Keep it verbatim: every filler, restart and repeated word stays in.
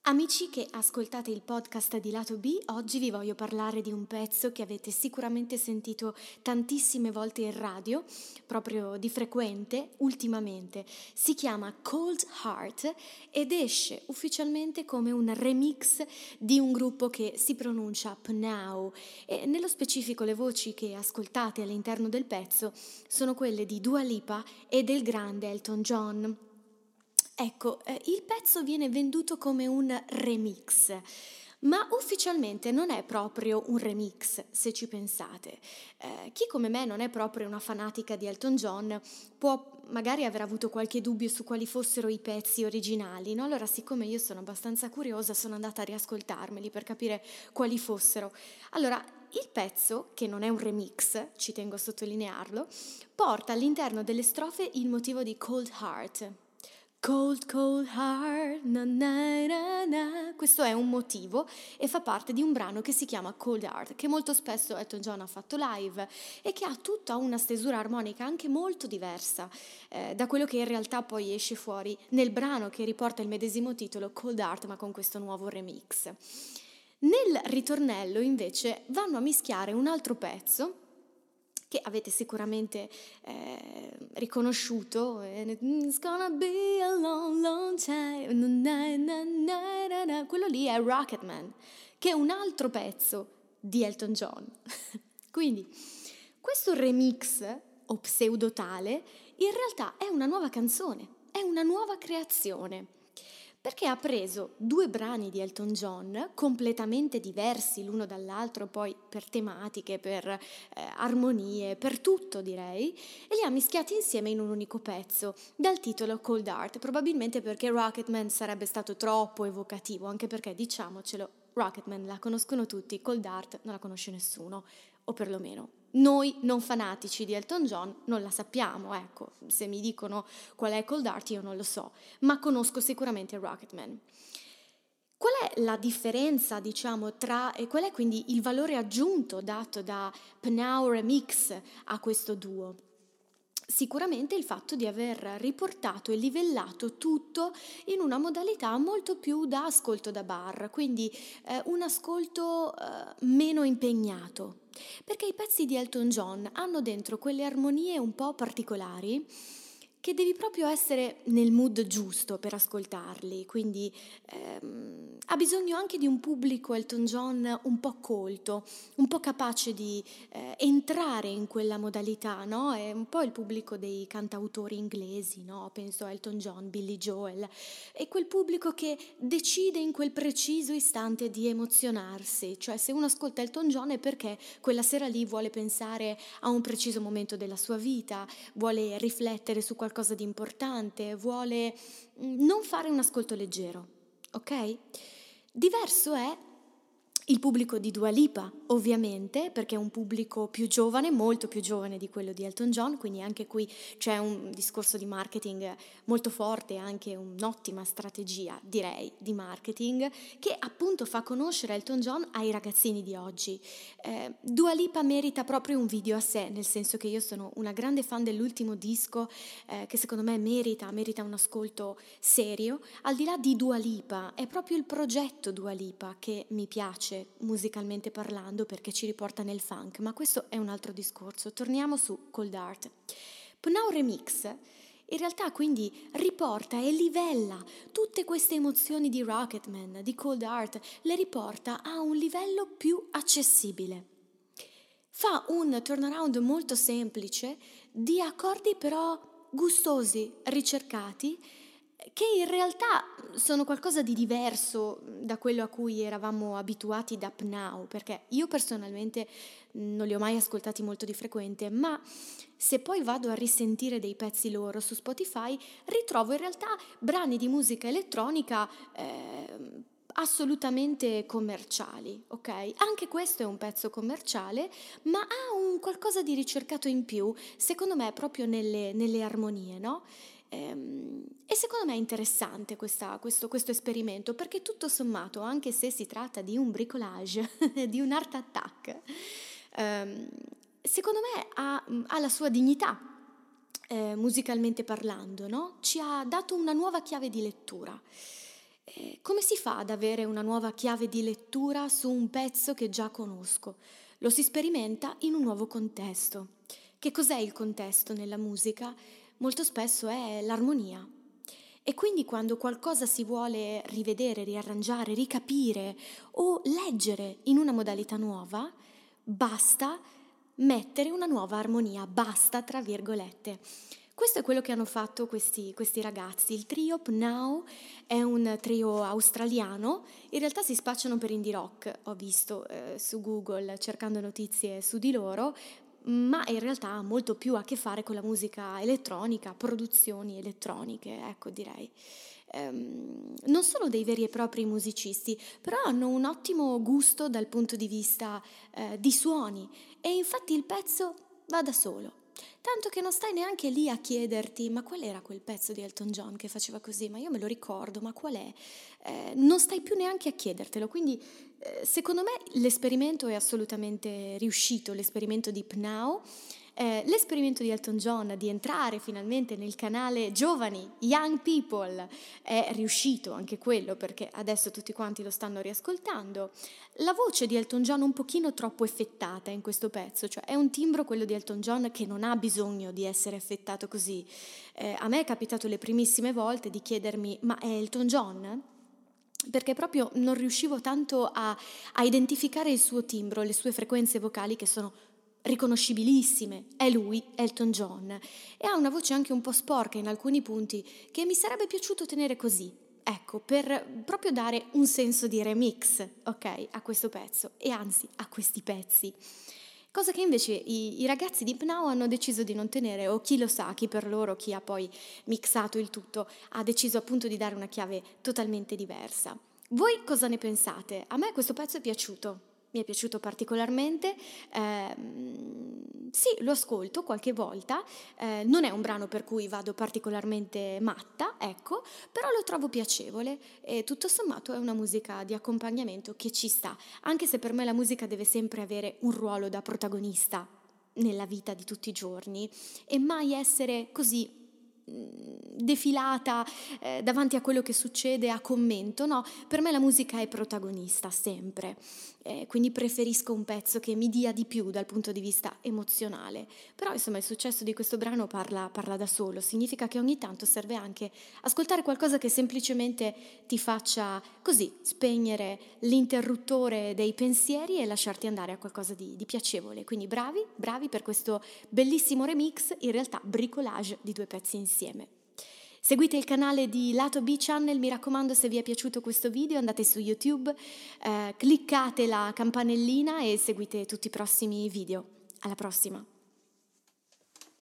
Amici che ascoltate il podcast di Lato B, oggi vi voglio parlare di un pezzo che avete sicuramente sentito tantissime volte in radio, proprio di frequente, ultimamente. Si chiama Cold Heart ed esce ufficialmente come un remix di un gruppo che si pronuncia Pnau e nello specifico le voci che ascoltate all'interno del pezzo sono quelle di Dua Lipa e del grande Elton John. Ecco, eh, il pezzo viene venduto come un remix, ma ufficialmente non è proprio un remix, se ci pensate. Eh, chi come me non è proprio una fanatica di Elton John può magari aver avuto qualche dubbio su quali fossero i pezzi originali, no? Allora, siccome io sono abbastanza curiosa, sono andata a riascoltarmeli per capire quali fossero. Allora, il pezzo, che non è un remix, ci tengo a sottolinearlo, porta all'interno delle strofe il motivo di Cold Heart. Cold, cold heart, na na na na. Questo è un motivo e fa parte di un brano che si chiama Cold Heart, che molto spesso Elton John ha fatto live e che ha tutta una stesura armonica anche molto diversa eh, da quello che in realtà poi esce fuori nel brano che riporta il medesimo titolo Cold Heart, ma con questo nuovo remix. Nel ritornello invece vanno a mischiare un altro pezzo che avete sicuramente eh, riconosciuto, It's gonna be a long, long time, na, na, na, na, na. Quello lì è Rocketman, che è un altro pezzo di Elton John. Quindi questo remix, o pseudotale, in realtà è una nuova canzone, è una nuova creazione. Perché ha preso due brani di Elton John completamente diversi l'uno dall'altro, poi per tematiche, per eh, armonie, per tutto direi, e li ha mischiati insieme in un unico pezzo, dal titolo Cold Heart, probabilmente perché Rocketman sarebbe stato troppo evocativo, anche perché, diciamocelo, Rocketman la conoscono tutti, Cold Heart non la conosce nessuno, o perlomeno noi non fanatici di Elton John non la sappiamo, ecco, se mi dicono qual è Cold Heart io non lo so, ma conosco sicuramente Rocketman. Qual è la differenza, diciamo, tra, e qual è quindi il valore aggiunto dato da Pnau Remix a questo duo? Sicuramente il fatto di aver riportato e livellato tutto in una modalità molto più da ascolto da bar, quindi eh, un ascolto eh, meno impegnato, perché i pezzi di Elton John hanno dentro quelle armonie un po' particolari che devi proprio essere nel mood giusto per ascoltarli, quindi ehm, ha bisogno anche di un pubblico Elton John un po' colto, un po' capace di eh, entrare in quella modalità, no? È un po' il pubblico dei cantautori inglesi, no? Penso a Elton John, Billy Joel, è quel pubblico che decide in quel preciso istante di emozionarsi, cioè se uno ascolta Elton John è perché quella sera lì vuole pensare a un preciso momento della sua vita, vuole riflettere su qualcosa di importante, vuole non fare un ascolto leggero, ok? Diverso è il pubblico di Dua Lipa, ovviamente, perché è un pubblico più giovane, molto più giovane di quello di Elton John, quindi anche qui c'è un discorso di marketing molto forte, anche un'ottima strategia, direi, di marketing, che appunto fa conoscere Elton John ai ragazzini di oggi. Eh, Dua Lipa merita proprio un video a sé, nel senso che io sono una grande fan dell'ultimo disco, eh, che secondo me merita, merita un ascolto serio. Al di là di Dua Lipa, è proprio il progetto Dua Lipa che mi piace musicalmente parlando perché ci riporta nel funk, ma questo è un altro discorso. Torniamo su Cold Heart. Pnau Remix in realtà quindi riporta e livella tutte queste emozioni di Rocketman, di Cold Heart, le riporta a un livello più accessibile. Fa un turnaround molto semplice di accordi però gustosi, ricercati, che in realtà sono qualcosa di diverso da quello a cui eravamo abituati da Pnau, perché io personalmente non li ho mai ascoltati molto di frequente, ma se poi vado a risentire dei pezzi loro su Spotify, ritrovo in realtà brani di musica elettronica eh, assolutamente commerciali, ok? Anche questo è un pezzo commerciale, ma ha un qualcosa di ricercato in più, secondo me proprio nelle, nelle armonie, no? E secondo me è interessante questa, questo, questo esperimento perché tutto sommato, anche se si tratta di un bricolage, di un art attack, ehm, secondo me ha, ha la sua dignità eh, musicalmente parlando, no? Ci ha dato una nuova chiave di lettura. Eh, come si fa ad avere una nuova chiave di lettura su un pezzo che già conosco? Lo si sperimenta in un nuovo contesto. Che cos'è il contesto nella musica? Molto spesso è l'armonia. E quindi quando qualcosa si vuole rivedere, riarrangiare, ricapire o leggere in una modalità nuova, basta mettere una nuova armonia, basta tra virgolette. Questo è quello che hanno fatto questi, questi ragazzi. Il trio Pnau è un trio australiano, in realtà si spacciano per indie rock, ho visto eh, su Google cercando notizie su di loro, ma in realtà ha molto più a che fare con la musica elettronica, produzioni elettroniche, ecco direi. Ehm, non sono dei veri e propri musicisti, però hanno un ottimo gusto dal punto di vista eh, di suoni e infatti il pezzo va da solo. Tanto che non stai neanche lì a chiederti ma qual era quel pezzo di Elton John che faceva così, ma io me lo ricordo, ma qual è? Eh, non stai più neanche a chiedertelo, quindi eh, secondo me l'esperimento è assolutamente riuscito, l'esperimento di Pnau. Eh, l'esperimento di Elton John di entrare finalmente nel canale giovani, young people, è riuscito anche quello perché adesso tutti quanti lo stanno riascoltando. La voce di Elton John un pochino troppo effettata in questo pezzo, cioè è un timbro quello di Elton John che non ha bisogno di essere effettato così. Eh, a me è capitato le primissime volte di chiedermi ma è Elton John? Perché proprio non riuscivo tanto a, a identificare il suo timbro, le sue frequenze vocali che sono riconoscibilissime, è lui, Elton John, e ha una voce anche un po' sporca in alcuni punti che mi sarebbe piaciuto tenere così, ecco, per proprio dare un senso di remix, ok, a questo pezzo e anzi a questi pezzi. Cosa che invece i, i ragazzi di Pnau hanno deciso di non tenere, o chi lo sa, chi per loro, chi ha poi mixato il tutto, ha deciso appunto di dare una chiave totalmente diversa. Voi cosa ne pensate? A me questo pezzo è piaciuto. Mi è piaciuto particolarmente, eh, sì, lo ascolto qualche volta, eh, non è un brano per cui vado particolarmente matta, ecco, però lo trovo piacevole e tutto sommato è una musica di accompagnamento che ci sta, anche se per me la musica deve sempre avere un ruolo da protagonista nella vita di tutti i giorni e mai essere così defilata eh, davanti a quello che succede a commento, no, per me la musica è protagonista sempre, eh, quindi preferisco un pezzo che mi dia di più dal punto di vista emozionale, però insomma il successo di questo brano parla, parla da solo, significa che ogni tanto serve anche ascoltare qualcosa che semplicemente ti faccia così spegnere l'interruttore dei pensieri e lasciarti andare a qualcosa di, di piacevole, quindi bravi, bravi per questo bellissimo remix, in realtà bricolage di due pezzi insieme. Seguite il canale di Lato B Channel, mi raccomando, se vi è piaciuto questo video andate su YouTube, eh, cliccate la campanellina e seguite tutti i prossimi video. Alla prossima!